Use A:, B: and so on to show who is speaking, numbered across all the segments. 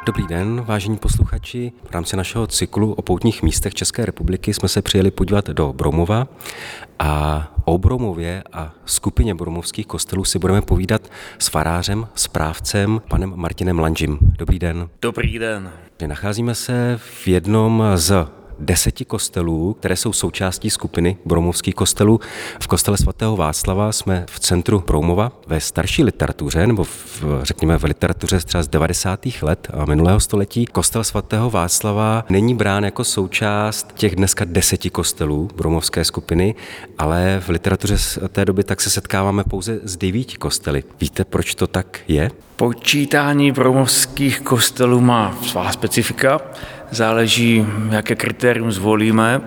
A: Dobrý den, vážení posluchači. V rámci našeho cyklu o poutních místech České republiky jsme se přijeli podívat do Broumova a o Broumově a skupině broumovských kostelů si budeme povídat s farářem, správcem, panem Martinem Lanžim. Dobrý den.
B: Dobrý den.
A: Nacházíme se v jednom z 10 kostelů, které jsou součástí skupiny broumovských kostelů. V kostele svatého Václava jsme v centru Broumova ve starší literatuře, nebo řekněme v literatuře třeba z 90. let minulého století. Kostel svatého Václava není brán jako součást těch dneska 10 kostelů broumovské skupiny, ale v literatuře z té doby tak se setkáváme pouze s 9 kostely. Víte, proč to tak je?
B: Počítání broumovských kostelů má svá specifika. Záleží, jaké kritérium zvolíme.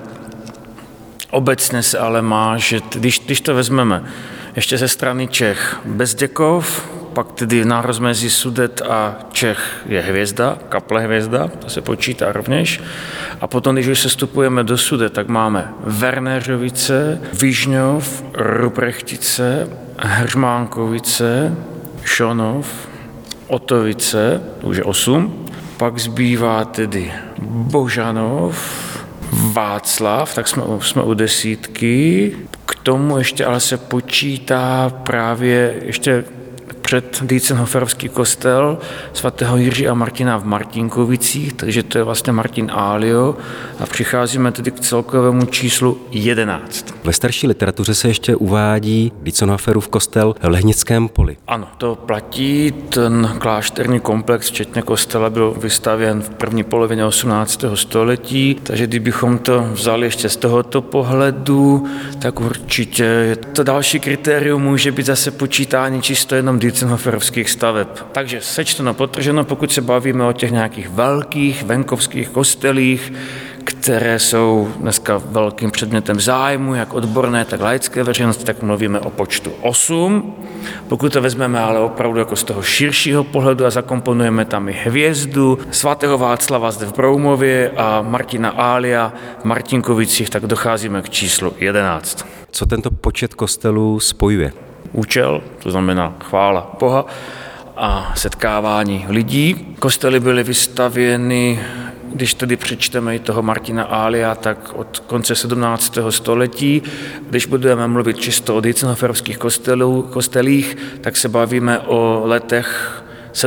B: Obecně se ale má, že když to vezmeme ještě ze strany Čech Bezděkov, pak tedy na rozmezí Sudet a Čech je hvězda, kaple hvězda, to se počítá rovněž. A potom, když už se vstupujeme do Sudet, tak máme Wernéřovice, Vižňov, Ruprechtice, Heřmánkovice, Šonov, Otovice, to už je 8. Pak zbývá tedy Božanov, Václav, tak jsme u 10. K tomu ještě ale se počítá právě ještě před Dietzenhoferovský kostel svatého Jiří a Martina v Martinkovicích, takže to je vlastně Martin Álio a přicházíme tedy k celkovému číslu 11.
A: Ve starší literatuře se ještě uvádí Dietzenhoferův kostel v Lehnickém poli.
B: Ano, to platí, ten klášterní komplex, včetně kostela, byl vystavěn v první polovině 18. století, takže kdybychom to vzali ještě z tohoto pohledu, tak určitě to další kritérium může být zase počítání čisto jenom Dietzenhoferovských staveb. Takže sečteno, podtrženo, pokud se bavíme o těch nějakých velkých venkovských kostelích, které jsou dneska velkým předmětem zájmu, jak odborné, tak laické veřejnosti, tak mluvíme o počtu 8. Pokud to vezmeme ale opravdu jako z toho širšího pohledu a zakomponujeme tam i hvězdu svatého Václava zde v Broumově a Martina Ália v Martinkovicích, tak docházíme k číslu 11.
A: Co tento počet kostelů spojuje?
B: Účel, to znamená chvála Boha a setkávání lidí. Kostely byly vystavěny, když tedy přečteme i toho Martina Ália, tak od konce 17. století. Když budeme mluvit čisto o Dietzenhoferovských kostelích, tak se bavíme o letech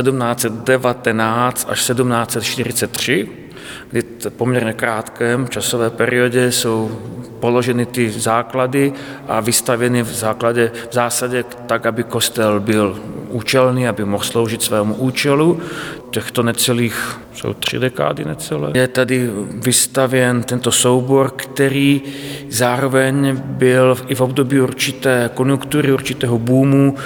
B: 1719 až 1743, kdy v poměrně krátkém časové periodě jsou položeny ty základy a vystavěny v zásadě tak, aby kostel byl účelný, aby mohl sloužit svému účelu. Těchto necelých, jsou 3 dekády necelé. Je tady vystavěn tento soubor, který zároveň byl i v období určité konjunktury, určitého boomu.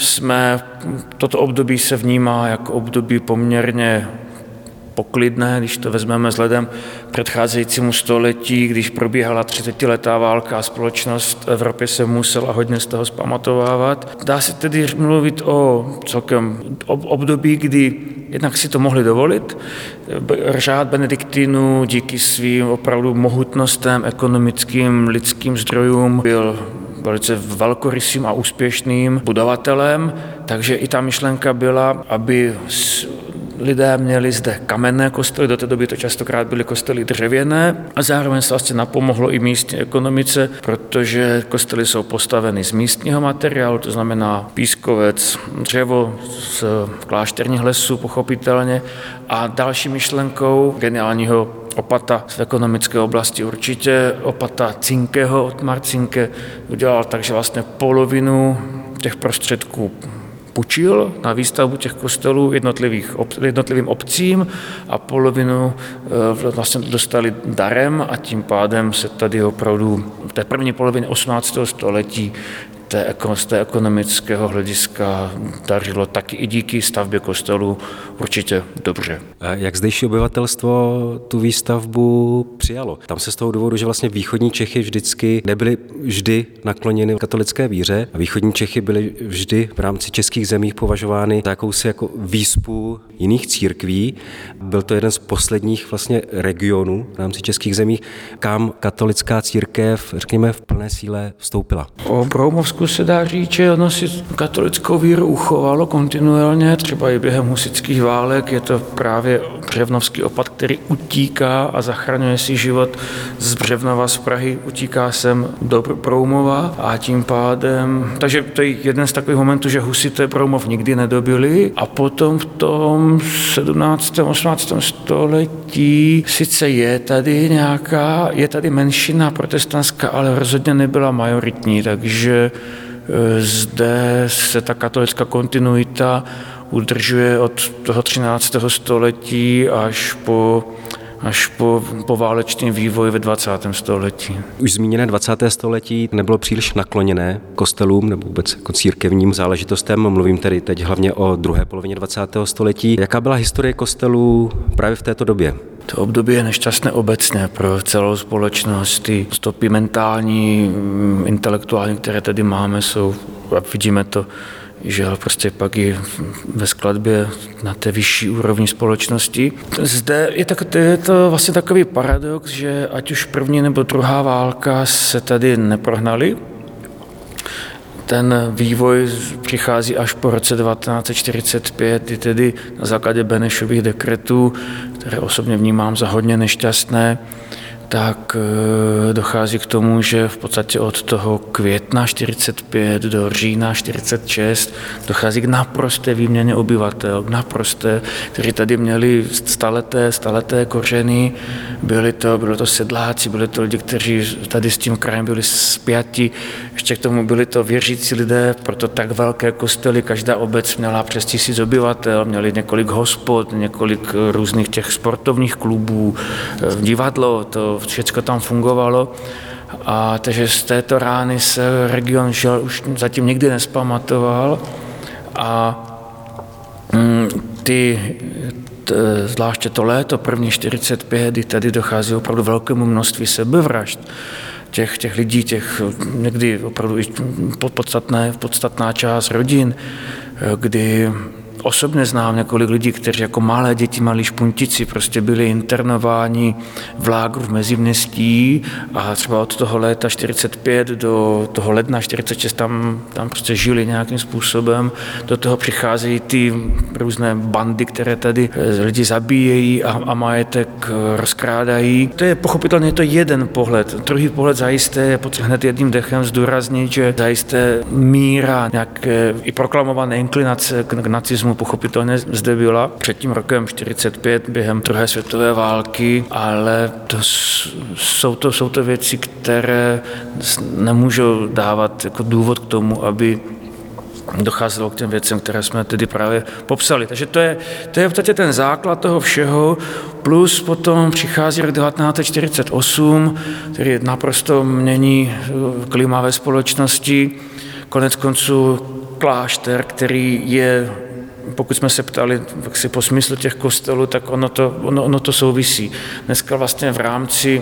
B: Toto období se vnímá jako období poměrně poklidné, když to vezmeme vzhledem k předcházejícímu století, když probíhala 30letá válka a společnost v Evropě se musela hodně z toho zpamatovávat. Dá se tedy mluvit o celkem období, kdy jednak si to mohli dovolit. Řád benediktinů díky svým opravdu mohutnostem, ekonomickým, lidským zdrojům byl velice velkorysým a úspěšným budovatelem, takže i ta myšlenka byla, aby lidé měli zde kamenné kostely, do té doby to častokrát byly kostely dřevěné a zároveň se vlastně napomohlo i místní ekonomice, protože kostely jsou postaveny z místního materiálu, to znamená pískovec, dřevo z klášterních lesů pochopitelně a další myšlenkou geniálního opata z ekonomické oblasti určitě, opata Cinkeho od Marcinke udělal tak, že vlastně polovinu těch prostředků půjčil na výstavbu těch kostelů jednotlivým obcím a polovinu vlastně dostali darem a tím pádem se tady opravdu v té první polovině 18. století z té ekonomického hlediska dařilo taky i díky stavbě kostelů určitě dobře.
A: A jak zdejší obyvatelstvo tu výstavbu přijalo? Tam se z toho důvodu, že vlastně východní Čechy vždycky nebyly vždy nakloněny katolické víře a východní Čechy byly vždy v rámci českých zemí považovány za jakousi jako výspu jiných církví. Byl to jeden z posledních vlastně regionů v rámci českých zemí, kam katolická církev, řekněme, v plné síle vstoupila.
B: O Broumovskou Polsku se dá říct, že ono si katolickou víru uchovalo kontinuálně, třeba i během husitských válek. Je to právě břevnovský opat, který utíká a zachraňuje si život z Břevnova, z Prahy, utíká sem do Proumova a tím pádem, takže to je jeden z takových momentů, že husité Proumov nikdy nedobili a potom v tom 17. 18. století sice je tady menšina protestantská, ale rozhodně nebyla majoritní, takže zde se ta katolická kontinuita udržuje od toho 13. století až po poválečný vývoj ve 20. století.
A: Už zmíněné 20. století nebylo příliš nakloněné kostelům nebo vůbec jako církevním záležitostem. Mluvím tedy teď hlavně o druhé polovině 20. století. Jaká byla historie kostelů právě v této době?
B: To období je nešťastné obecně pro celou společnost. Ty stopy mentální, intelektuální, které tady máme, jsou, a vidíme to, že prostě pak i ve skladbě na té vyšší úrovni společnosti. Zde je to vlastně takový paradox, že ať už první nebo druhá válka se tady neprohnaly. Ten vývoj přichází až po roce 1945, kdy tedy na základě Benešových dekretů, které osobně vnímám za hodně nešťastné, tak dochází k tomu, že v podstatě od toho května 45 do října 46 dochází k naprosté výměně obyvatel, kteří tady měli staleté kořeny, byli to sedláci, byli to lidi, kteří tady s tím krajem byli spjati, ještě k tomu byli to věřící lidé, proto tak velké kostely, každá obec měla přes 1000 obyvatel, měli několik hospod, několik různých těch sportovních klubů, divadlo, to všechno tam fungovalo. A takže z této rány se region žel už zatím nikdy nespamatoval a zvláště to léto, první 45, kdy tady dochází opravdu velkému množství sebevražd těch lidí, někdy opravdu i podstatná část rodin, kdy osobně znám několik lidí, kteří jako malé děti, malí špuntici prostě byli internováni v lágru v Meziměstí a třeba od toho léta 45 do toho ledna 46 tam prostě žili nějakým způsobem. Do toho přicházejí ty různé bandy, které tady lidi zabíjejí a majetek rozkrádají. To je pochopitelně to jeden pohled. Druhý pohled zajisté je potřeba hned jedním dechem zdůraznit, že zajisté míra nějaké i proklamované inklinace k nacismu pochopitelně zde byla před tím rokem 45 během druhé světové války, ale jsou to věci, které nemůžou dávat jako důvod k tomu, aby docházelo k těm věcem, které jsme tedy právě popsali. Takže to je v podstatě ten základ toho všeho, plus potom přichází rok 1948, který naprosto mění klima ve společnosti. Konec konců klášter, který je, pokud jsme se ptali po smyslu těch kostelů, tak ono to souvisí. Dneska vlastně v rámci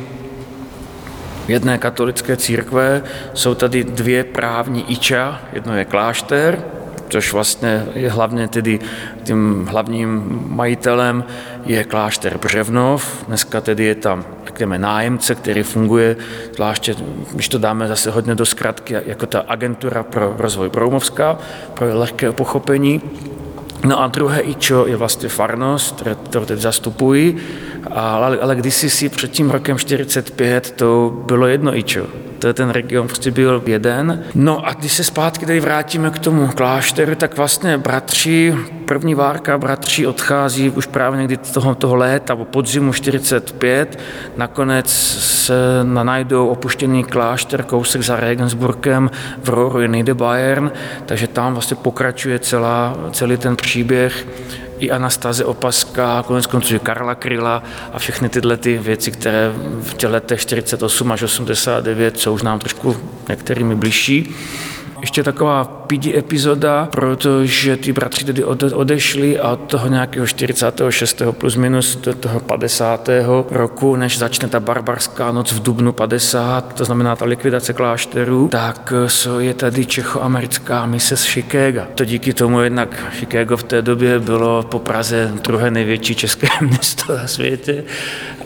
B: jedné katolické církve jsou tady dvě právní iča. Jedno je klášter, což vlastně je hlavně tedy tím hlavním majitelem je klášter Břevnov. Dneska tedy je tam, řekněme, nájemce, který funguje, zvláště, když to dáme zase hodně do zkratky, jako ta agentura pro rozvoj Broumovská, pro lehké pochopení. No a druhé ičo je vlastně farnost, kterou teď zastupují, ale kdysi před tím rokem 45 to bylo jedno ičo. Ten region prostě byl jeden. No a když se zpátky tady vrátíme k tomu klášteru, tak vlastně první várka bratří odchází už právě někdy toho léta, po podzimu 45. Nakonec se najdou opuštěný klášter kousek za Regensburgem v Rohru in Niederbayern, takže tam vlastně pokračuje celý ten příběh i Anastáze Opaská, konec konců Karla Kryla a všechny tyhle ty věci, které v těch letech 48 až 89 jsou už nám trošku některými bližší. Ještě taková pidi epizoda, protože ty bratři tedy odešli a od toho nějakého 46. plus minus do toho 50. roku, než začne ta barbarská noc v dubnu 50, to znamená ta likvidace klášterů, tak je tady čechoamerická mise z Chicaga. To díky tomu jednak Chicago v té době bylo po Praze druhé největší české město na světě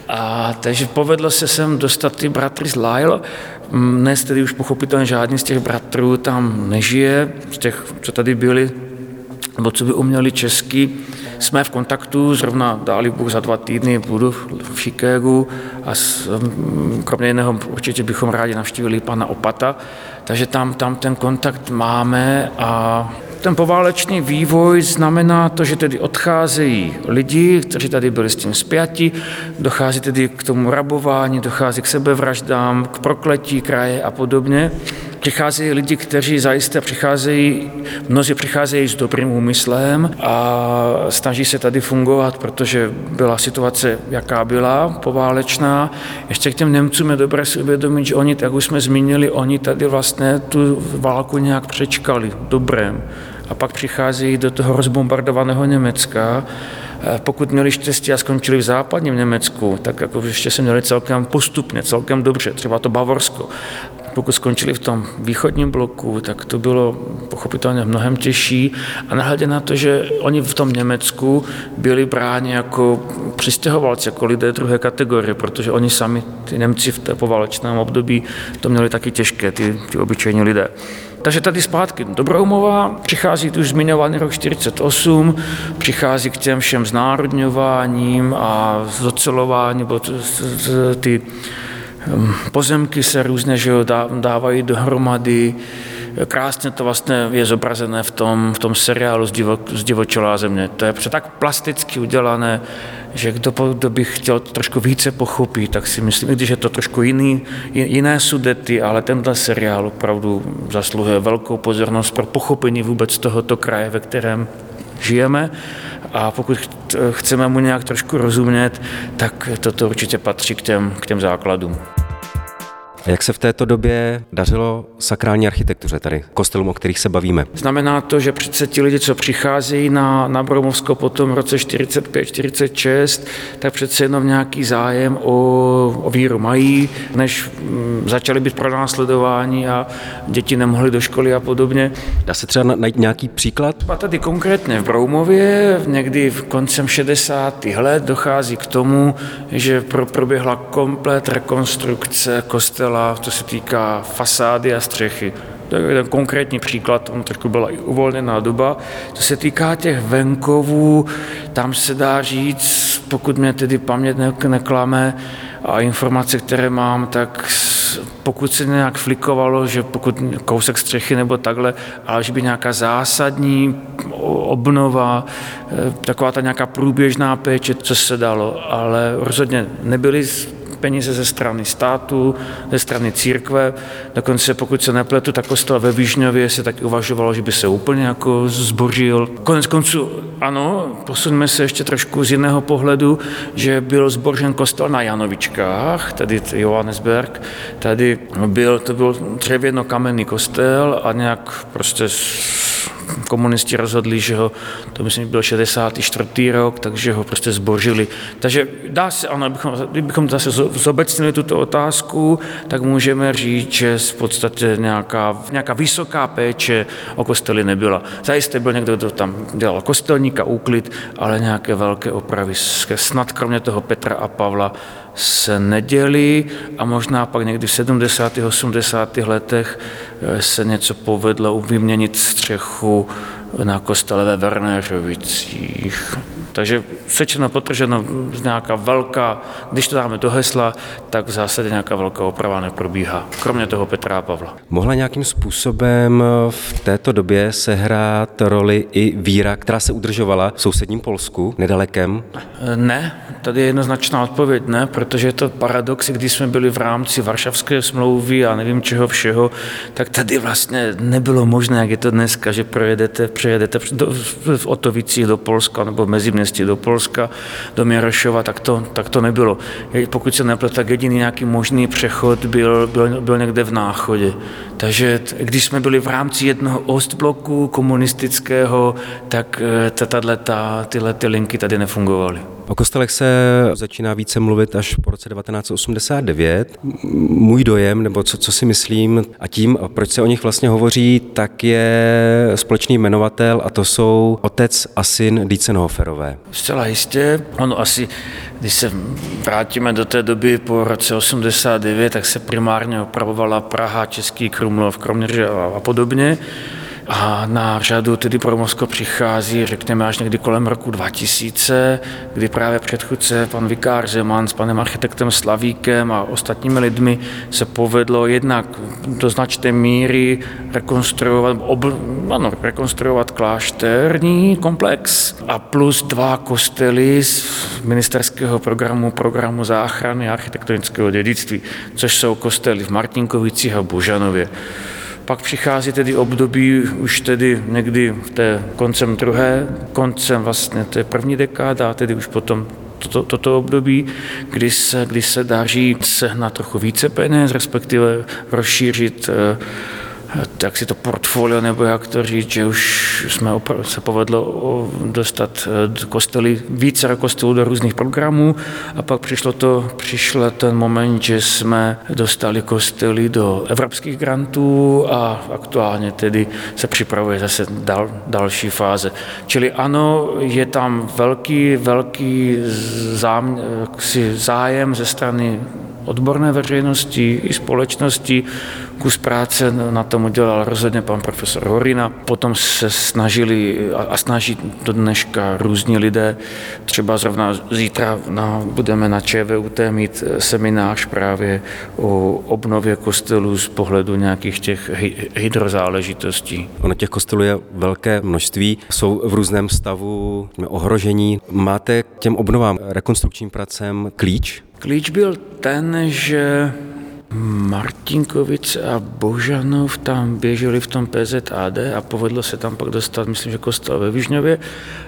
B: A takže povedlo se sem dostat ty bratry z Lyle. Dnes tedy už pochopitelně žádný z těch bratrů tam nežije, z těch, co tady byli, nebo co by uměli česky. Jsme v kontaktu, zrovna dáli Bůh za 2 týdny budu v Chicagu a kromě jiného určitě bychom rádi navštívili pana Opata, takže tam ten kontakt máme a ten poválečný vývoj znamená to, že tedy odcházejí lidi, kteří tady byli s tím spjati, dochází tedy k tomu rabování, dochází k sebevraždám, k prokletí kraje a podobně. Přicházejí lidi, kteří zajisté mnozí přicházejí s dobrým úmyslem a snaží se tady fungovat, protože byla situace, jaká byla, poválečná. Ještě k těm Němcům je dobré si uvědomit, že oni, jak už jsme zmínili, oni tady vlastně tu válku nějak přečkali dobrém. A pak přicházejí do toho rozbombardovaného Německa. Pokud měli štěstí a skončili v západním Německu, tak jako ještě se měli celkem postupně, celkem dobře, třeba to Bavorsko. Pokud skončili v tom východním bloku, tak to bylo pochopitelně mnohem těžší. A nahledě na to, že oni v tom Německu byli bráni jako přistěhovalci, jako lidé druhé kategorie, protože oni sami, ty Němci v té poválečném období, to měli taky těžké, ty obyčejní lidé. Takže tady zpátky do Broumova, přichází už zmiňovaný rok 1948, přichází k těm všem znárodňováním a zocelováním, ty pozemky se různě dávají dohromady. Krásně to vlastně je zobrazené v tom seriálu Zdivočelá země. To je tak plasticky udělané, že kdo by chtěl trošku více pochopit, tak si myslím, když je to trošku jiné Sudety, ale tenhle seriál opravdu zasluhuje velkou pozornost pro pochopení vůbec tohoto kraje, ve kterém žijeme. A pokud chceme mu nějak trošku rozumět, tak toto určitě patří k těm základům.
A: A jak se v této době dařilo sakrální architektuře tady, kostelům, o kterých se bavíme?
B: Znamená to, že přece ti lidi, co přicházejí na Broumovsko potom v roce 45-46, tak přece jenom nějaký zájem o víru mají, než začali být pronásledováni a děti nemohly do školy a podobně.
A: Dá se třeba najít nějaký příklad?
B: A tady konkrétně v Broumově někdy v koncem 60. let dochází k tomu, že proběhla komplet rekonstrukce kostela, co se týká fasády a střechy. To je jeden konkrétní příklad, tam trošku byla i uvolněná doba. Co se týká těch venkovů, tam se dá říct, pokud mě tedy paměť neklame a informace, které mám, tak pokud se nějak flikovalo, že pokud kousek střechy nebo takhle, ale že by nějaká zásadní obnova, taková ta nějaká průběžná péče, co se dalo, ale rozhodně nebyly peníze ze strany státu, ze strany církve. Dokonce, pokud se nepletu, tak kostel ve Vížňově se taky uvažovalo, že by se úplně jako zbořil. Konec konců, ano, posuneme se ještě trošku z jiného pohledu, že byl zbořen kostel na Janovičkách, tady Johannesberg, tady to byl dřevěno-kamenný kostel a nějak prostě komunisti rozhodli, že to myslím byl 64. rok, takže ho prostě zbořili. Takže dá se, ano, kdybychom zase zobecnili tuto otázku, tak můžeme říct, že v podstatě nějaká vysoká péče o kostely nebyla. Zajisté byl někdo, kdo tam dělal kostelníka, úklid, ale nějaké velké opravy snad kromě toho Petra a Pavla se neděli a možná pak někdy v 70. 80. letech se něco povedlo vyměnit střechu na kostele ve Wernerovicích. Takže sečeno, potrženo, nějaká velká, když to dáme do hesla, tak v zásadě nějaká velká oprava neprobíhá, kromě toho Petra a Pavla.
A: Mohla nějakým způsobem v této době sehrát roli i víra, která se udržovala v sousedním Polsku, nedalekém?
B: Ne, tady je jednoznačná odpověď ne, protože je to paradox, když jsme byli v rámci Varšavské smlouvy a nevím čeho všeho, tak tady vlastně nebylo možné, jak je to dneska, že přejedete v Otovicích do Polska nebo v Meziměstí do Polska, do Měrošova, tak to nebylo. Pokud se nepletu, tak jediný nějaký možný přechod byl někde v Náchodě. Takže když jsme byli v rámci jednoho ostbloku komunistického, tak tyhle linky tady nefungovaly.
A: O kostelech se začíná více mluvit až po roce 1989. Můj dojem, nebo co si myslím a tím, proč se o nich vlastně hovoří, tak je společný jmenovatel a to jsou otec a syn Dientzenhoferové.
B: Zcela jistě. Ono asi, když se vrátíme do té doby po roce 89, tak se primárně opravovala Praha, Český Krumlov, Kroměříž a podobně. A na řadu tedy Broumovsko přichází, řekněme, až někdy kolem roku 2000, kdy právě předchůdce pan vikář Zeman s panem architektem Slavíkem a ostatními lidmi se povedlo jednak do značné míry rekonstruovat klášterní komplex a plus 2 kostely z ministerského programu záchrany a architektonického dědictví, což jsou kostely v Martinkovicích a Božanově. Pak přichází tedy období už tedy někdy v té koncem vlastně té první dekáda, tedy už potom toto období, kdy se daří sehnat trochu více peněz, respektive rozšířit tak si to portfolio, nebo jak to říct, že už se povedlo dostat více kostelů do různých programů a pak přišel ten moment, že jsme dostali kostely do evropských grantů a aktuálně tedy se připravuje zase další fáze. Čili ano, je tam velký zájem ze strany odborné veřejnosti i společnosti. Kus práce na tom udělal rozhodně pan profesor Horina. Potom se snažili a snaží do dneška různí lidé. Třeba zrovna zítra budeme na ČVUT mít seminář právě o obnově kostelů z pohledu nějakých těch hydrozáležitostí.
A: Ono těch kostelů je velké množství, jsou v různém stavu ohrožení. Máte k těm obnovám, rekonstrukčním pracem klíč?
B: Klíč byl ten, že Martinkovice a Božanov tam běželi v tom PZAD a povedlo se tam pak dostat, myslím, že kostel ve Vižňově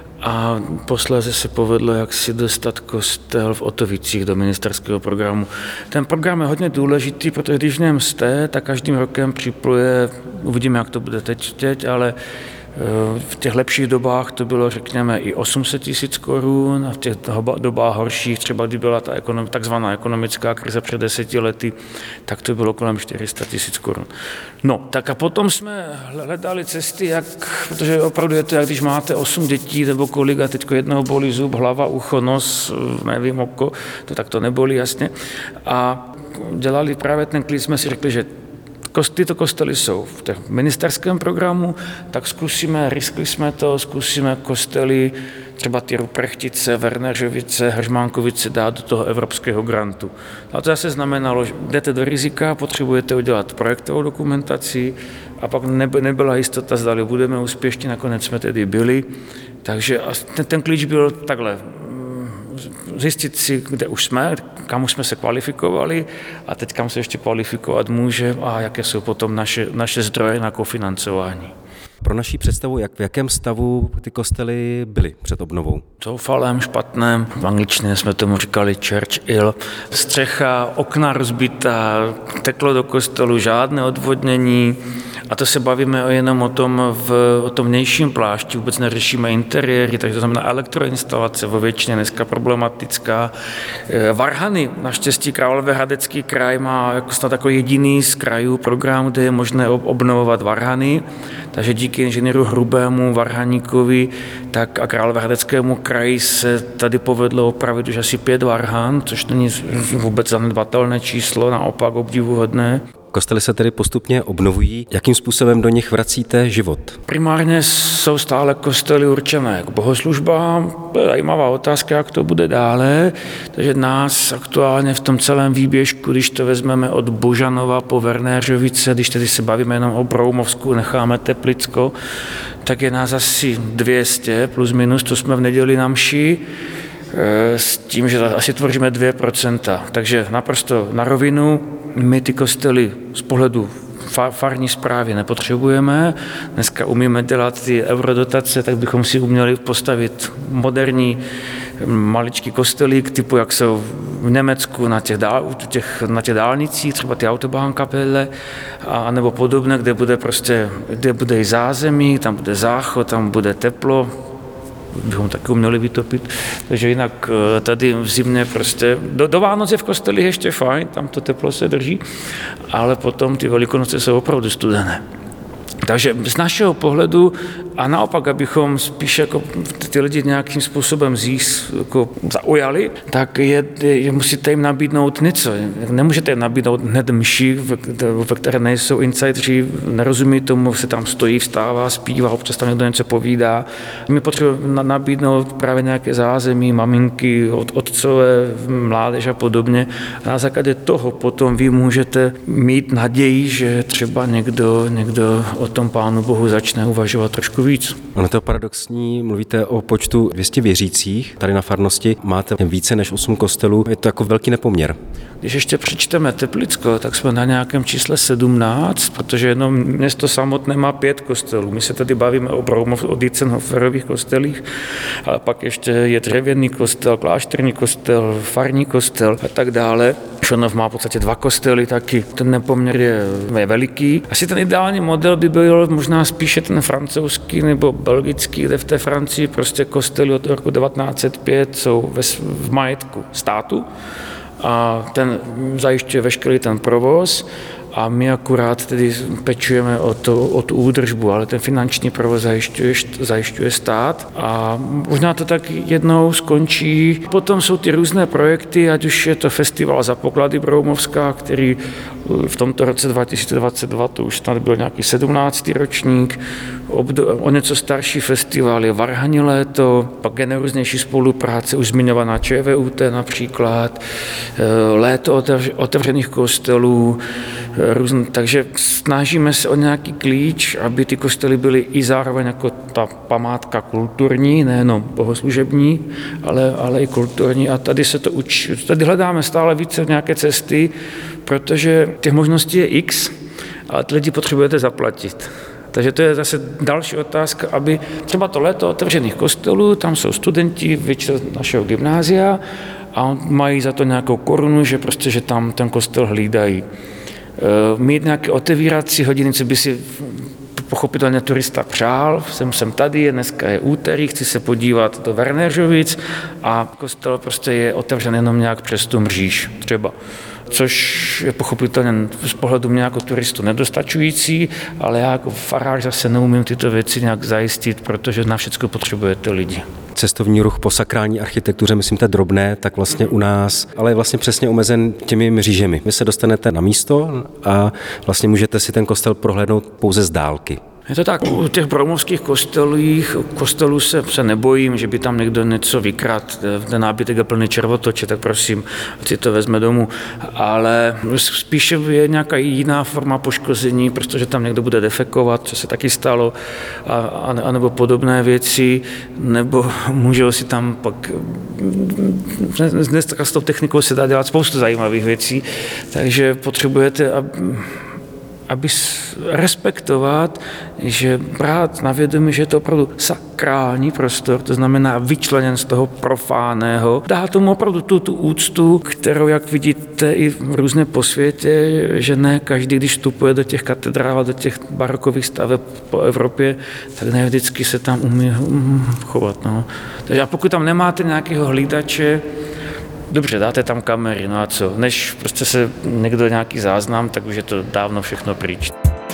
B: a posléze se povedlo, jak si dostat kostel v Otovicích do ministerského programu. Ten program je hodně důležitý, protože když v něm jste, tak každým rokem připluje, uvidíme, jak to bude teď, ale v těch lepších dobách to bylo, řekněme, i 800 000 korun a v těch dobách horších, třeba kdy byla ta takzvaná ekonomická krize před 10 lety, tak to bylo kolem 400 000 korun. No, tak a potom jsme hledali cesty, protože opravdu je to, jak když máte 8 dětí nebo kolik a teďko jednoho bolí zub, hlava, ucho, nos, nevím, oko, tak to nebolí jasně. A dělali právě ten klíč, jsme si řekli, že tyto kostely jsou v tom ministerském programu, tak riskli jsme kostely, třeba ty Ruprechtice, Werneřovice, Heřmánkovice dát do toho evropského grantu. A to zase znamenalo, že jdete do rizika, potřebujete udělat projektovou dokumentaci a pak nebyla jistota, zdali budeme úspěšní, nakonec jsme tedy byli. Takže ten klíč byl takhle. Zjistit si, kde už jsme, kam už jsme se kvalifikovali a teď kam se ještě kvalifikovat může a jaké jsou potom naše zdroje na kofinancování.
A: Pro naší představu, v jakém stavu ty kostely byly před obnovou?
B: Zoufalém, špatném, v angličtině jsme tomu říkali church ill. Střecha, okna rozbitá, teklo do kostelu, žádné odvodnění. A to se bavíme jenom o tom vnějším plášti, vůbec neřešíme interiéry, takže to znamená elektroinstalace, vo většině dneska problematická. Varhany, naštěstí Královéhradecký kraj má jako snad jako jediný z krajů program, kde je možné obnovovat varhany, takže díky inženýru Hrubému, Varhaníkovi, tak a Královéhradeckému kraji se tady povedlo opravit už asi 5 varhan, což není vůbec zanedbatelné číslo, naopak obdivuhodné.
A: Kostely se tedy postupně obnovují. Jakým způsobem do nich vracíte život?
B: Primárně jsou stále kostely určené k bohoslužbám. To je zajímavá otázka, jak to bude dále. Takže nás aktuálně v tom celém výběžku, když to vezmeme od Božanova po Werneřovice, když tedy se bavíme jenom o Broumovsku, necháme Teplicko, tak je nás asi 200 plus minus, to jsme v neděli na mši, s tím, že asi tvoříme 2%. Takže naprosto na rovinu, my ty kostely z pohledu farní správy nepotřebujeme. Dneska umíme dělat ty eurodotace, tak bychom si uměli postavit moderní maličký kostelík, typu jak jsou v Německu na těch dálnicích, třeba ty autobahnkapelle, a nebo podobné, kde bude i zázemí, tam bude záchod, tam bude teplo. bychom taky uměli vytopit. Takže jinak tady v zimě prostě, do Vánoc je v kostelích ještě fajn, tam to teplo se drží, ale potom ty Velikonoce jsou opravdu studené. Takže z našeho pohledu a naopak, abychom spíš jako ty lidi nějakým způsobem jako zaujali, tak musíte jim nabídnout něco. Nemůžete jim nabídnout hned mši, ve které nejsou insidři, nerozumí tomu, se tam stojí, vstává, zpívá, občas tam někdo něco povídá. My potřebujeme nabídnout právě nějaké zázemí, maminky, otcové, mládež a podobně. A na základě toho potom vy můžete mít naději, že třeba někdo o tom Pánu Bohu začne uvažovat trošku víc.
A: Ono to je paradoxní, mluvíte o počtu 200 věřících, tady na farnosti máte více než 8 kostelů, je to jako velký nepoměr.
B: Když ještě přečteme Teplicko, tak jsme na nějakém čísle 17, protože jenom město samotné má 5 kostelů. My se tady bavíme o Dietzenhoferových kostelích, ale pak ještě je dřevěný kostel, klášterní kostel, farní kostel a tak dále. Šonov má v podstatě 2 kostely taky. Ten nepoměr je veliký. Asi ten ideální model by byl možná spíše ten francouzský nebo belgický, kde v té Francii prostě kostely od roku 1905 jsou v majetku státu a ten zajišťuje veškerý ten provoz a my akurát tedy pečujeme o tu údržbu, ale ten finanční provoz zajišťuje stát a možná to tak jednou skončí. Potom jsou ty různé projekty, ať už je to festival Za poklady Broumovská, který v tomto roce 2022, to už snad byl nějaký 17. ročník, o něco starší festival je Varhani léto, pak je nejrůznější spolupráce, už zmiňovaná ČVUT například, léto otevřených kostelů, takže snažíme se o nějaký klíč, aby ty kostely byly i zároveň jako ta památka kulturní, nejenom bohoslužební, ale i kulturní a tady se to učí. Tady hledáme stále více nějaké cesty, protože těch možností je x, ale ty lidi potřebujete zaplatit. Takže to je zase další otázka, aby třeba to léto otevřených kostelů, tam jsou studenti většinou našeho gymnázia a mají za to nějakou korunu, že tam ten kostel hlídají. Mít nějaké otevírací hodiny, co by si pochopitelně turista přál, jsem tady, dneska je úterý, chci se podívat do Werneřovic a kostel prostě je otevřen jenom nějak přes tu mříž třeba. Což je pochopitelně z pohledu mě jako turistu nedostačující, ale já jako farář zase neumím tyto věci nějak zajistit, protože na všechno potřebujete lidi.
A: Cestovní ruch po sakrální architektuře, myslím, to je drobné, tak vlastně u nás, ale je vlastně přesně omezen těmi mřížemi. Vy se dostanete na místo a vlastně můžete si ten kostel prohlédnout pouze z dálky.
B: Je to tak, u těch broumovských kostelů se nebojím, že by tam někdo něco vykradl, ten nábytek je plný červotoče, tak prosím, ať si to vezme domů. Ale spíše je nějaká jiná forma poškození, protože tam někdo bude defekovat, co se taky stalo, anebo podobné věci, nebo můžou si tam pak... Dnes s tou technikou se dá dělat spoustu zajímavých věcí, takže potřebujete... aby respektovat, že brát na vědomí, že je to opravdu sakrální prostor, to znamená vyčleněn z toho profáného, dá tomu opravdu tu úctu, kterou, jak vidíte i různě po světě, že ne každý, když vstupuje do těch katedrál, do těch barokových staveb po Evropě, tak ne vždycky se tam umí chovat. No. Takže a pokud tam nemáte nějakého hlídače, dobře, dáte tam kamery, no a co? Než prostě se někdo nějaký záznam, tak už je to dávno všechno pryč.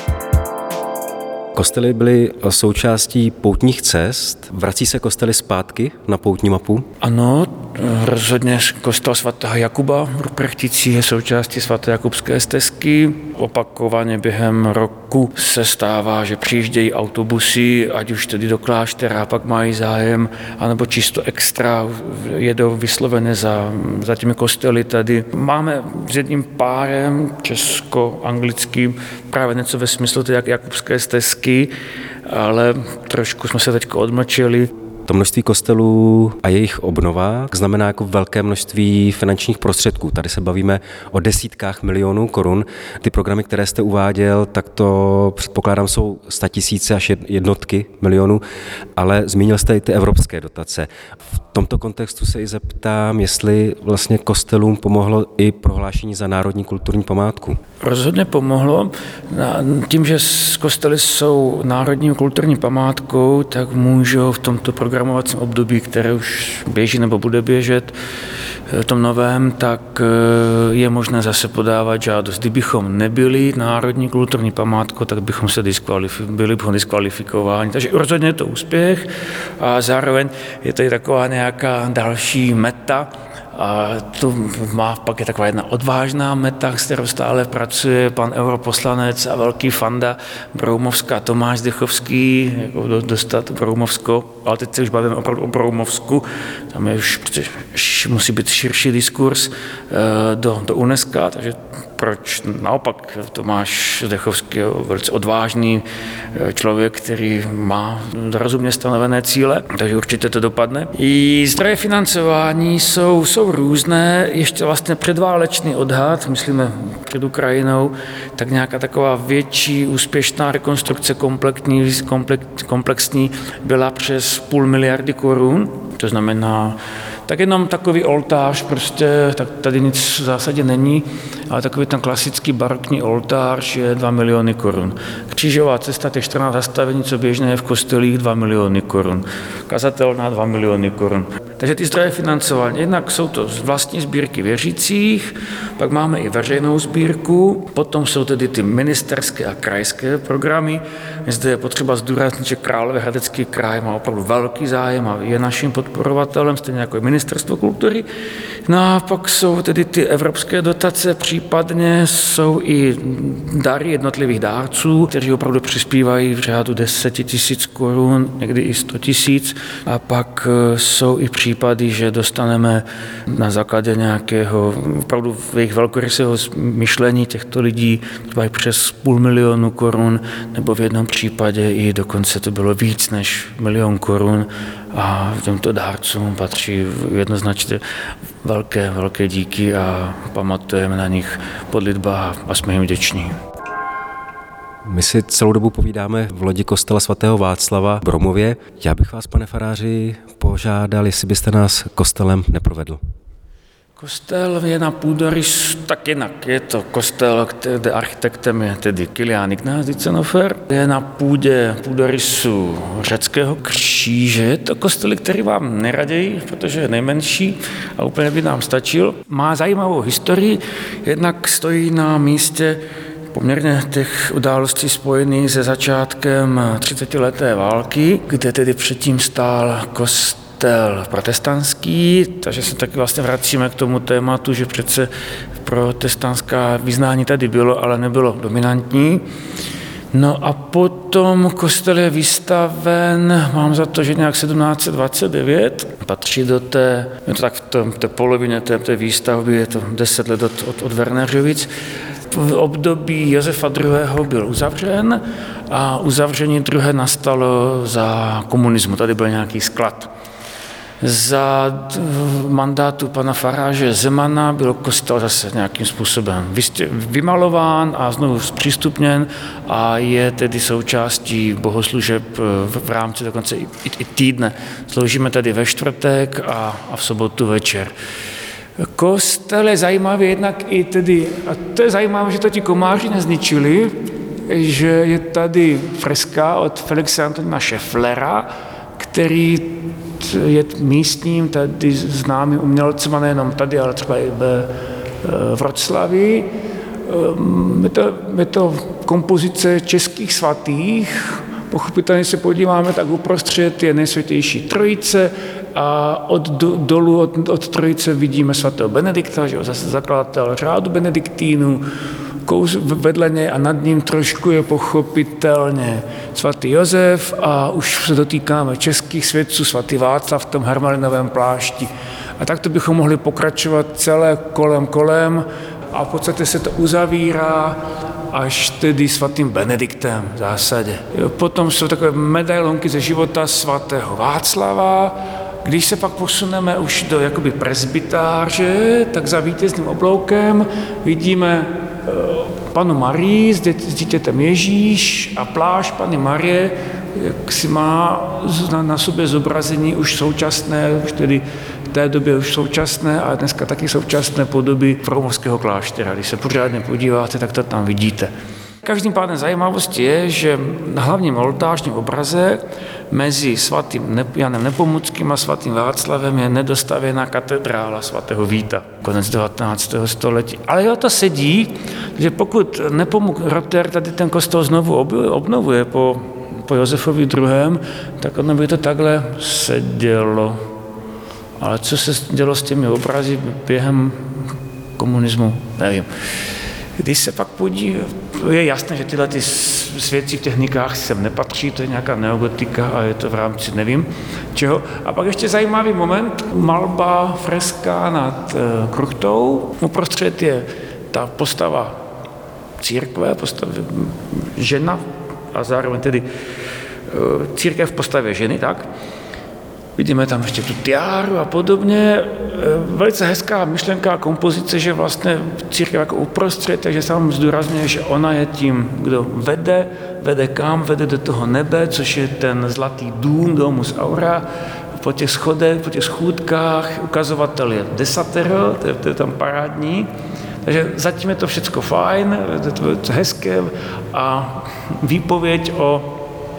A: Kostely byly součástí poutních cest. Vrací se kostely zpátky na poutní mapu?
B: Ano, rozhodně kostel svatého Jakuba v Ruprechticích je součástí svatojakubské stezky. Opakovaně během roku se stává, že přijíždějí autobusy, ať už tedy do kláštera, pak mají zájem, anebo čisto extra jedou vysloveně za těmi kostely tady. Máme s jedním párem česko-anglickým právě něco ve smyslu jak jakubské stezky, ale trošku jsme se teďko odmlčeli.
A: To množství kostelů a jejich obnova znamená jako velké množství finančních prostředků. Tady se bavíme o desítkách milionů korun. Ty programy, které jste uváděl, tak to předpokládám jsou 100 000 až jednotky milionů, ale zmínil jste i ty evropské dotace. V tomto kontextu se i zeptám, jestli vlastně kostelům pomohlo i prohlášení za národní kulturní památku.
B: Rozhodně pomohlo. Tím, že kostely jsou národní kulturní památkou, tak můžou v tomto programu programovacím období, které už běží nebo bude běžet, v tom novém, tak je možné zase podávat žádost. Kdybychom nebyli národní kulturní památkou, tak bychom byli diskvalifikováni. Takže rozhodně je to úspěch a zároveň je to i taková nějaká další meta. A tu pak je taková jedna odvážná meta, s kterou stále pracuje pan europoslanec a velký fanda Broumovska Tomáš Zdechovský, jako dostat Broumovsko, ale teď se už bavíme opravdu o Broumovsku, tam je už musí být širší diskurs do UNESCO, takže proč naopak Tomáš Zdechovský je velice odvážný člověk, který má rozumně stanovené cíle, takže určitě to dopadne. I zdroje financování jsou různé, ještě vlastně předválečný odhad, myslíme před Ukrajinou, tak nějaká taková větší úspěšná rekonstrukce komplexní byla přes 500 miliardy korun, to znamená, tak jenom takový oltář, prostě tak tady nic v zásadě není, ale takový ten klasický barokní oltář je 2 miliony korun. Křížová cesta, těch 14 zastavení, co běžné je v kostelích, 2 miliony korun. Kazatelná 2 miliony korun. Takže ty zdroje financování, jednak jsou to z vlastní sbírky věřících, pak máme i veřejnou sbírku, potom jsou tedy ty ministerské a krajské programy. Zde je potřeba zdůraznit, že Královéhradecký kraj má opravdu velký zájem a je naším podporovatelem, stejně jako je Ministerstvo kultury. No a pak jsou tedy ty evropské dotace, případně jsou i dary jednotlivých dárců, kteří opravdu přispívají v řádu 10 000 korun, někdy i 100 000. A pak jsou i případy, že dostaneme na základě nějakého opravdu jejich velkorysého myšlení těchto lidí třeba i přes 500 000 korun, nebo v jednom případě i dokonce to bylo víc než 1 000 000 korun. A těmto dárcům patří jednoznačně velké díky a pamatujeme na nich podlitba a jsme jim vděční.
A: My si celou dobu povídáme v lodi kostela svatého Václava v Broumově. Já bych vás, pane faráři, požádal, jestli byste nás kostelem neprovedl.
B: Kostel je na půdorysu, tak jinak je to kostel, kde architektem je tedy Kilián Ignác Dientzenhofer. Je na půdorysu Řeckého kříže. Je to kostel, který vám neraději, protože je nejmenší a úplně by nám stačil. Má zajímavou historii, jednak stojí na místě poměrně těch událostí spojených se začátkem 30leté války, kde tedy předtím stál kostel protestantský, takže se taky vlastně vracíme k tomu tématu, že přece protestantská vyznání tady bylo, ale nebylo dominantní. No a potom kostel je vystaven, mám za to, že nějak 1729, patří do té, v té polovině té výstavby, je to 10 let od Werneřovic. V období Josefa II. Byl uzavřen a uzavření druhé nastalo za komunismu, tady byl nějaký sklad. Za mandátu pana faráře Zemana byl kostel zase nějakým způsobem vymalován a znovu zpřístupněn a je tedy součástí bohoslužeb v rámci dokonce i týdne. Sloužíme tady ve čtvrtek a v sobotu večer. Kostel je zajímavý jednak i tedy, a to je zajímavé, že to ti komáři nezničili, že je tady freska od Felixe Antonína Schefflera, který je místním tady známým umělcem, a nejenom tady, ale třeba i ve Vroclavi. Je to kompozice českých svatých. Pochopitelně se podíváme, tak uprostřed je Nejsvětější Trojice a dolů od Trojice vidíme svatého Benedikta, že zase zakladatel řádu benediktínů. Vedle něj a nad ním trošku je pochopitelně svatý Josef a už se dotýkáme českých svědců, svatý Václav v tom hermelinovém plášti. A takto bychom mohli pokračovat celé kolem a v podstatě se to uzavírá až tedy svatým Benediktem v zásadě. Potom jsou takové medailonky ze života svatého Václava. Když se pak posuneme už do jakoby presbytáře, tak za vítězným obloukem vidíme Pannu Marii s dítětem Ježíš a plášť Panny Marie, jak si má na sobě zobrazení už současné, už tedy v té době už současné a dneska taky současné podoby Broumovského kláštera. Když se pořádně podíváte, tak to tam vidíte. Každopádně zajímavost je, že na hlavním oltářním obraze mezi svatým Janem Nepomuckým a svatým Václavem je nedostavěná katedrála svatého Víta, konec 19. století. Ale jo, to sedí, že pokud Nepomuk Rother tady ten kostel znovu obnovuje po Josefovi II., tak ono by to takhle sedělo. Ale co se dělo s těmi obrazy během komunismu, nevím. Když se pak je jasné, že tyhle světcí v technikách sem nepatří, to je nějaká neogotika a je to v rámci nevím čeho. A pak ještě zajímavý moment, malba, freska nad kruchtou. Uprostřed je ta postava církve, postava žena a zároveň tedy církev v postavě ženy, tak. Vidíme tam ještě tu tiáru a podobně. Velice hezká myšlenka a kompozice, že vlastně církev jako uprostřed, takže sám zdůrazňuje, že ona je tím, kdo vede kam, vede do toho nebe, což je ten zlatý domus aura. Po těch schodech, po těch schůdkách ukazovatel je desatero, to je tam parádní. Takže zatím je to všecko fajn, je to hezké a výpověď o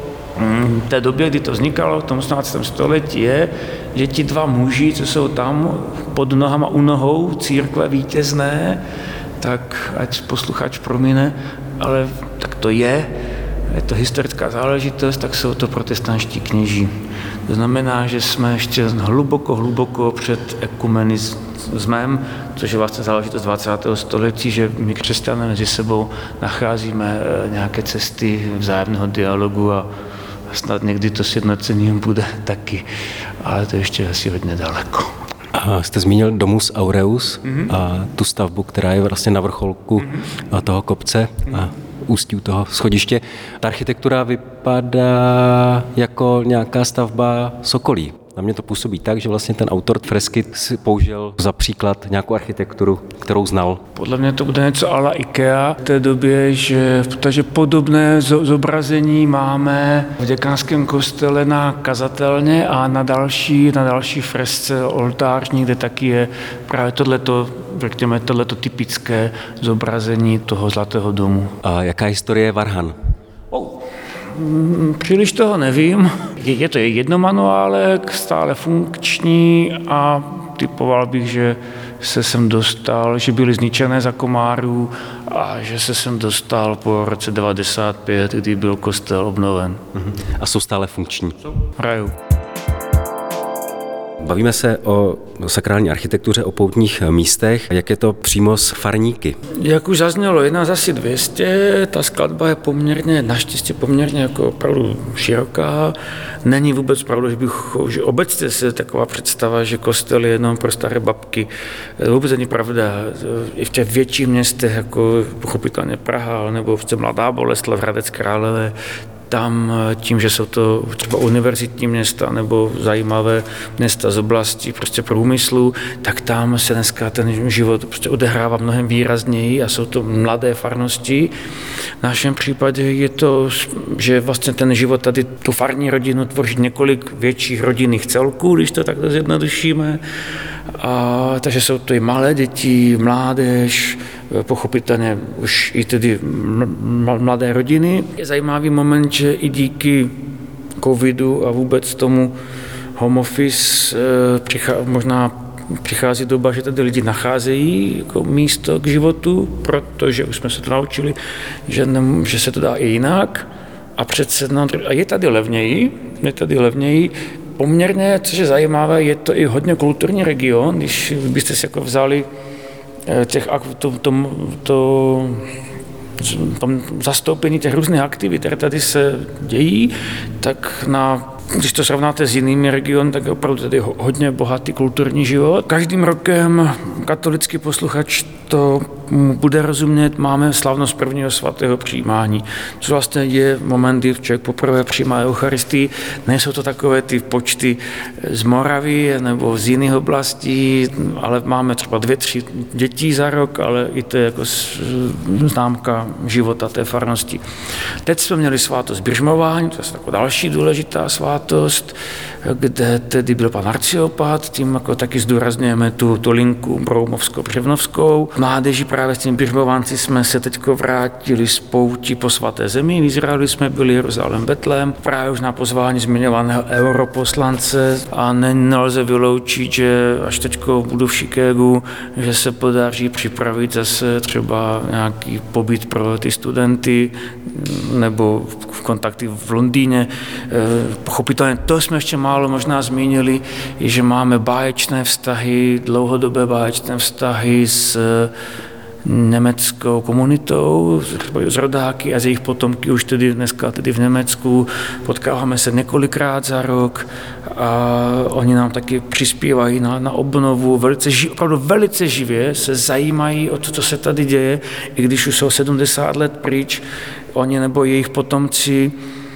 B: té době, kdy to vznikalo, v tom 18. století je, že ti dva muži, co jsou tam pod nohama u nohou církve vítězné, tak ať posluchač promine, ale tak to je to historická záležitost, tak jsou to protestantští kněží. To znamená, že jsme ještě hluboko před ekumenismem, což je vlastně záležitost 20. století, že my křesťané mezi sebou nacházíme nějaké cesty vzájemného dialogu a snad někdy to sjednocení bude taky, ale to ještě asi hodně daleko.
A: A jste zmínil Domus Aureus a tu stavbu, která je vlastně na vrcholku toho kopce a ústí u toho schodiště. Ta architektura vypadá jako nějaká stavba sokolí. Na mě to působí tak, že vlastně ten autor fresky si použil za příklad nějakou architekturu, kterou znal.
B: Podle mě to bude něco a la IKEA v té době, protože podobné zobrazení máme v děkanském kostele na kazatelně a na další fresce oltářní, kde taky je právě tohleto typické zobrazení toho zlatého domu.
A: A jaká historie je Varhan?
B: Příliš toho nevím. Je to jednomanuálek, stále funkční a typoval bych, že se sem dostal, že byly zničené za komárů a že se sem dostal po roce 95, kdy byl kostel obnoven.
A: A jsou stále funkční?
B: Hrajou.
A: Bavíme se o sakrální architektuře, o poutních místech. Jak je to přímo s farníky?
B: Jak už zaznělo, je nás asi 200, ta skladba je naštěstí poměrně jako opravdu široká. Není vůbec pravda, že obecně se taková představa, že kostel je jenom pro staré babky. Vůbec není pravda. I v těch větších městech, jako pochopitelně Praha, nebo Mladá Boleslav, Hradec Králové, tam tím, že jsou to třeba univerzitní města nebo zajímavé města z oblasti prostě průmyslu, tak tam se dneska ten život prostě odehrává mnohem výrazněji a jsou to mladé farnosti. V našem případě je to, že vlastně ten život tady tu farní rodinu tvoří několik větších rodinných celků, když to takto zjednodušíme. Takže jsou to i malé děti, mládež, pochopitelně už i tedy mladé rodiny. Je zajímavý moment, že i díky covidu a vůbec tomu home office možná přichází doba, že tady lidi nacházejí jako místo k životu, protože už jsme se to naučili, že se to dá i jinak. A je tady levněji. Poměrně, což je zajímavé, je to i hodně kulturní region, když byste si jako vzali tom zastoupení těch různých aktivit, které tady se dějí, tak když to srovnáte s jinými regiony, tak je opravdu tady hodně bohatý kulturní život. Každým rokem katolický posluchač to bude rozumět, máme slavnost prvního svatého přijímání, což vlastně je moment, kdy člověk poprvé přijímá Eucharistii. Nejsou to takové ty počty z Moravy nebo z jiných oblastí, ale máme třeba 2-3 dětí za rok, ale i to je jako známka života té farnosti. Teď jsme měli svátost běžmování, to je taková další důležitá svátost, kde tedy byl pan arciopat, tím jako taky zdůrazňujeme tu linku broumovsko-břevnovskou. Mládeži právě s těmi Biřmovanci jsme se teď vrátili z pouti po svaté zemi. V Izraeli jsme byli, Jeruzalém, Betlém, právě už na pozvání zmiňovaného europoslance a nelze vyloučit, že až teď budu v Chicagu, že se podaří připravit zase třeba nějaký pobyt pro ty studenty nebo v kontakty v Londýně. Pochopitelně to jsme ještě málo možná zmínili, že máme báječné vztahy, dlouhodobé báječné vztahy s německou komunitou, s rodáky a z jejich potomky už tedy dneska tedy v Německu. Potkáváme se několikrát za rok a oni nám taky přispívají na obnovu, opravdu velice živě se zajímají o to, co se tady děje, i když už jsou 70 let pryč, oni nebo jejich potomci.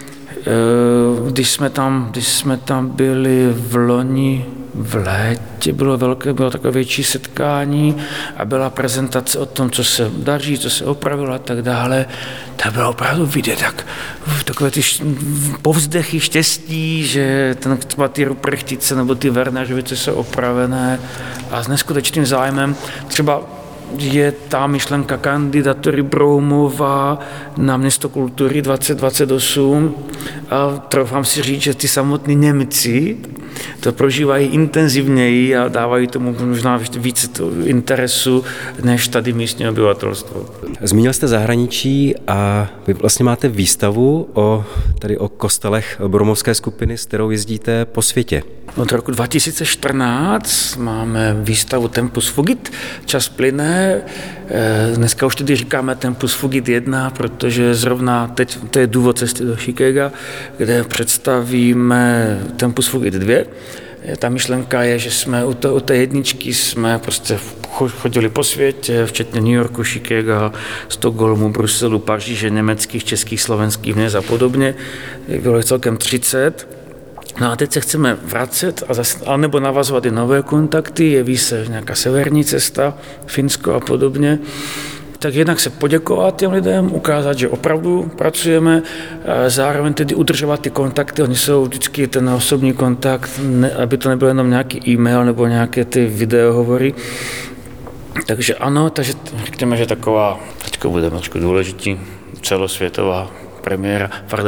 B: Když jsme tam byli v loni v létě, bylo takové větší setkání a byla prezentace o tom, co se daří, co se opravilo a tak dále. To bylo opravdu vidět, takové ty povzdechy štěstí, že třeba ty Ruprechtice nebo ty Werneřovice jsou opravené a s neskutečným zájmem. Třeba je ta myšlenka kandidatury Broumova na město kultury 2028 a troufám si říct, že ty samotní Němci to prožívají intenzivněji a dávají tomu možná více interesu než tady místní obyvatelstvo.
A: Zmínil jste zahraničí a vy vlastně máte výstavu tady o kostelech bromovské skupiny, s kterou jezdíte po světě.
B: Od roku 2014 máme výstavu Tempus Fugit, čas plyne. Dneska už tedy říkáme Tempus Fugit 1, protože zrovna teď to je důvod cesty do Chicaga, kde představíme Tempus Fugit 2. Ta myšlenka je, že jsme u té jedničky jsme prostě chodili po světě, včetně New Yorku, Chicaga, Stockholmu, Bruselu, Paříže, německých, českých, slovenských měst a podobně. Bylo celkem 30. No a teď se chceme vracet nebo navazovat i nové kontakty, jeví se nějaká severní cesta, Finsko a podobně. Tak jednak se poděkovat těm lidem, ukázat, že opravdu pracujeme, zároveň tedy udržovat ty kontakty, oni jsou vždycky ten osobní kontakt, aby to nebyl jenom nějaký e-mail nebo nějaké ty videohovory. Takže ano, takže řekněme, že taková, teďko bude trošku důležitý, celosvětová premiéra,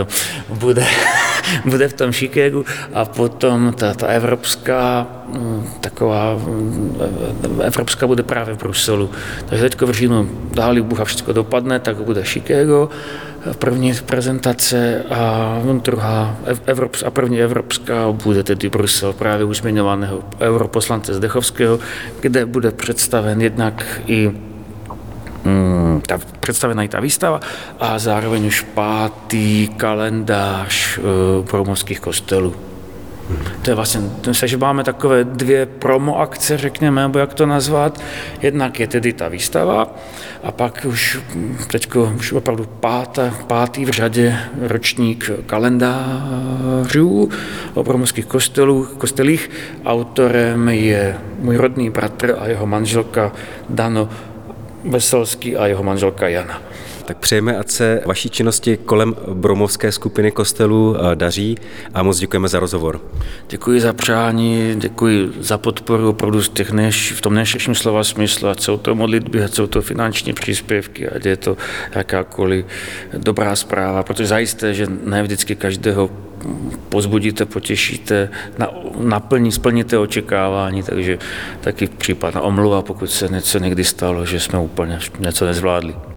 B: bude v tom Chicagu a potom ta evropská, taková evropská bude právě v Bruselu. Takže teďko v říjnu, dáli Bůh a všechno dopadne, tak bude Chicago, první prezentace a první evropská bude tedy Brusel, právě už zmiňovaného europoslance Zdechovského, kde bude představen jednak i představená i ta výstava a zároveň už 5. kalendář bromovských kostelů. To je vlastně, že máme takové 2 promo akce, řekněme, nebo jak to nazvat. Jednak je tedy ta výstava a pak už teďko už opravdu 5. v řadě ročník kalendářů o bromovských kostelích. Autorem je můj rodný bratr a jeho manželka Dano Veselský a jeho manželka Jana.
A: Tak přejeme, ať se vaší činnosti kolem bromovské skupiny kostelů daří a moc děkujeme za rozhovor.
B: Děkuji za přání, děkuji za podporu opravdu v tom nejširším slova smyslu, ať jsou to modlitby, ať jsou to finanční příspěvky, ať je to jakákoliv dobrá zpráva, protože zajisté, že ne vždycky každého pozbudíte, potěšíte, splníte očekávání, takže taky případná omluva, pokud se něco někdy stalo, že jsme úplně něco nezvládli.